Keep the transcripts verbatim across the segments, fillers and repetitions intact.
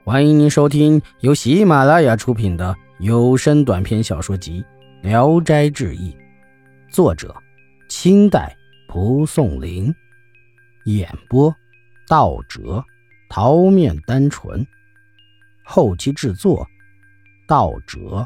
欢迎您收听由喜马拉雅出品的有声短篇小说集《聊斋志异》，作者清代蒲松龄，演播道哲、桃面单纯，后期制作道哲。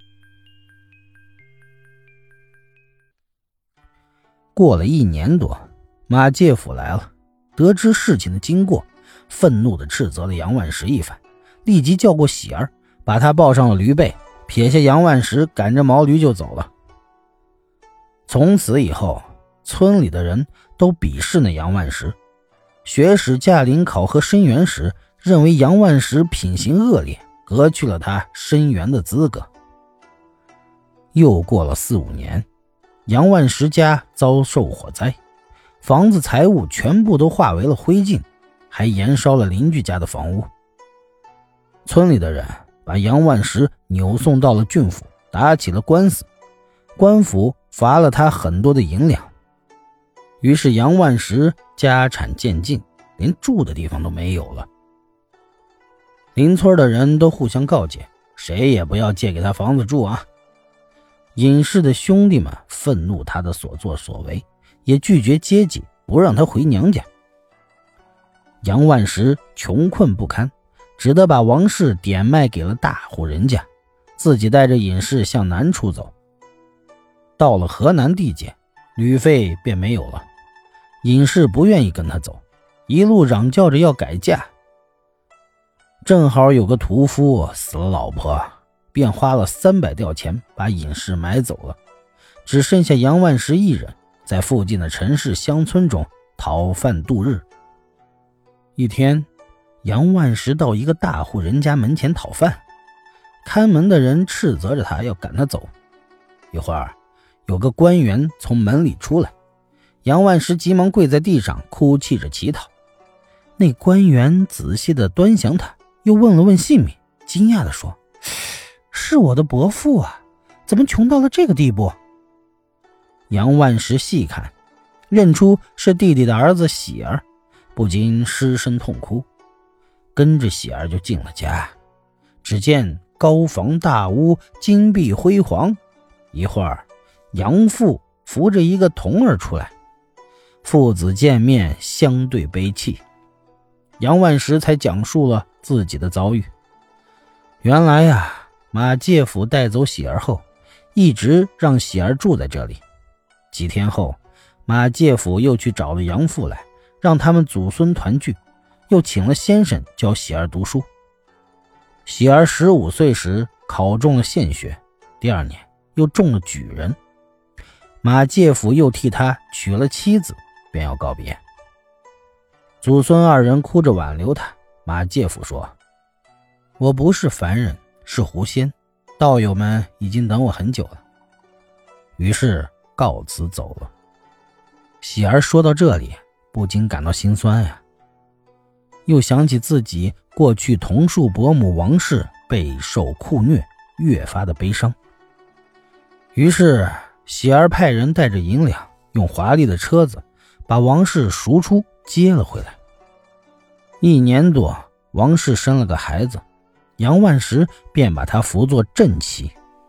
过了一年多，马介甫来了，得知事情的经过，愤怒地斥责了杨万石一番，立即叫过喜儿，把他抱上了驴背，撇下杨万石，赶着毛驴就走了。从此以后，村里的人都鄙视那杨万石，学史驾临考核申元时，认为杨万石品行恶劣，革去了他申元的资格。又过了四五年，杨万石家遭受火灾，房子财物全部都化为了灰烬，还延烧了邻居家的房屋。村里的人把杨万石扭送到了郡府，打起了官司，官府罚了他很多的银两。于是杨万石家产渐尽，连住的地方都没有了。邻村的人都互相告诫，谁也不要借给他房子住啊。尹氏的兄弟们愤怒他的所作所为，也拒绝接济，不让他回娘家。杨万石穷困不堪，只得把王氏典卖给了大户人家，自己带着尹氏向南出走。到了河南地界，旅费便没有了，尹氏不愿意跟他走，一路嚷叫着要改嫁。正好有个屠夫死了老婆，便花了三百吊钱把尹氏买走了，只剩下杨万石一人在附近的陈氏乡村中讨饭度日。一天，杨万石到一个大户人家门前讨饭，看门的人斥责着他要赶他走。一会儿，有个官员从门里出来，杨万石急忙跪在地上哭泣着乞讨。那官员仔细地端详他，又问了问姓名，惊讶地说：是我的伯父啊，怎么穷到了这个地步？杨万石细看，认出是弟弟的儿子喜儿，不禁失声痛哭，跟着喜儿就进了家。只见高房大屋，金碧辉煌，一会儿杨父扶着一个童儿出来，父子见面相对悲泣。杨万石才讲述了自己的遭遇。原来呀、啊马介甫带走喜儿后，一直让喜儿住在这里。几天后，马介甫又去找了杨父来，让他们祖孙团聚，又请了先生教喜儿读书。喜儿十五岁时考中了县学，第二年又中了举人。马介甫又替他娶了妻子，便要告别。祖孙二人哭着挽留他。马介甫说：我不是凡人，是狐仙，道友们已经等我很久了。于是告辞走了。喜儿说到这里，不禁感到心酸呀，又想起自己过去同庶伯母王氏备受酷虐，越发的悲伤。于是喜儿派人带着银两，用华丽的车子把王氏赎出接了回来。一年多，王氏生了个孩子，杨万石便把他扶作正妻。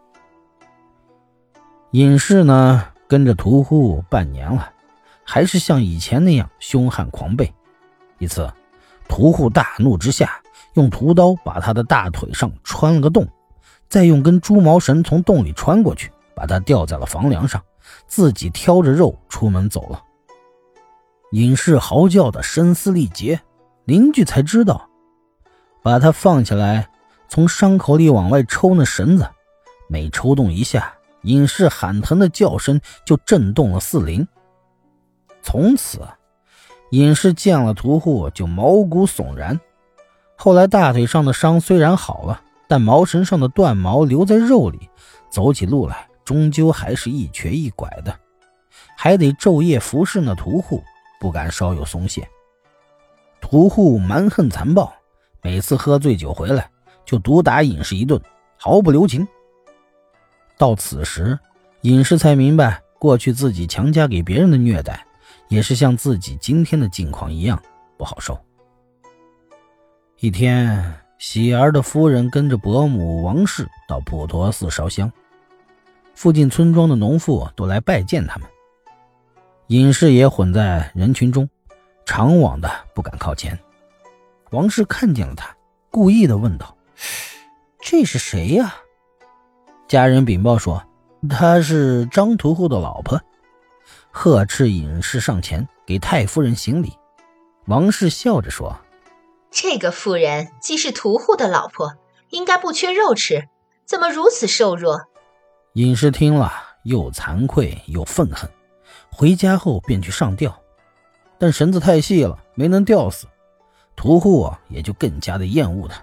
尹氏呢，跟着屠户半年了，还是像以前那样凶悍狂悖。一次，屠户大怒之下，用屠刀把他的大腿上穿了个洞，再用根猪毛绳从洞里穿过去，把他吊在了房梁上，自己挑着肉出门走了。尹氏嚎叫的声嘶力竭，邻居才知道，把他放下来，从伤口里往外抽那绳子，每抽动一下，尹氏喊疼的叫声就震动了四邻。从此尹氏见了屠户就毛骨悚然。后来大腿上的伤虽然好了，但毛绳上的断毛留在肉里，走起路来终究还是一瘸一拐的，还得昼夜服侍那屠户，不敢稍有松懈。屠户蛮横残暴，每次喝醉酒回来就毒打尹氏一顿，毫不留情。到此时，尹氏才明白，过去自己强加给别人的虐待，也是像自己今天的境况一样不好受。一天， 喜儿的夫人跟着伯母王氏到普陀寺烧香，附近村庄的农妇都来拜见他们。尹氏也混在人群中，常往的不敢靠前。王氏看见了他，故意的问道：这是谁呀？家人禀报说她是张屠户的老婆，呵斥尹氏上前给太夫人行礼。王氏笑着说： 这个妇人既是屠户的老婆，应该不缺肉吃，怎么如此瘦弱？ 尹氏听了又惭愧又愤恨，回家后便去上吊，但绳子太细了，没能吊死。屠户啊也就更加的厌恶他。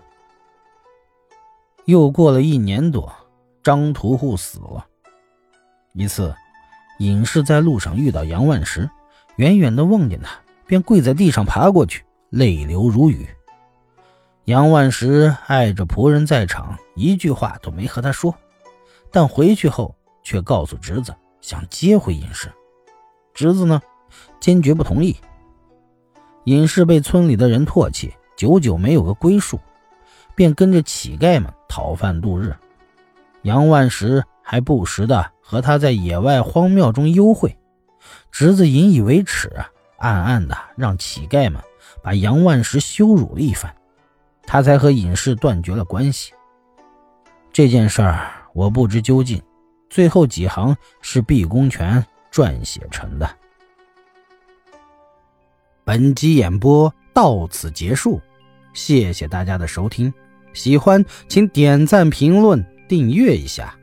又过了一年多，张屠户死了。一次，尹氏在路上遇到杨万石，远远地望见他，便跪在地上爬过去，泪流如雨。杨万石碍着仆人在场，一句话都没和他说，但回去后却告诉侄子想接回尹氏。侄子呢，坚决不同意。尹氏被村里的人唾弃，久久没有个归宿，便跟着乞丐们讨饭度日。杨万石还不时地和他在野外荒庙中幽会，侄子引以为耻，暗暗地让乞丐们把杨万石羞辱了一番，他才和尹氏断绝了关系。这件事儿我不知究竟，最后几行是毕公权撰写成的。本集演播到此结束，谢谢大家的收听，喜欢请点赞评论订阅一下。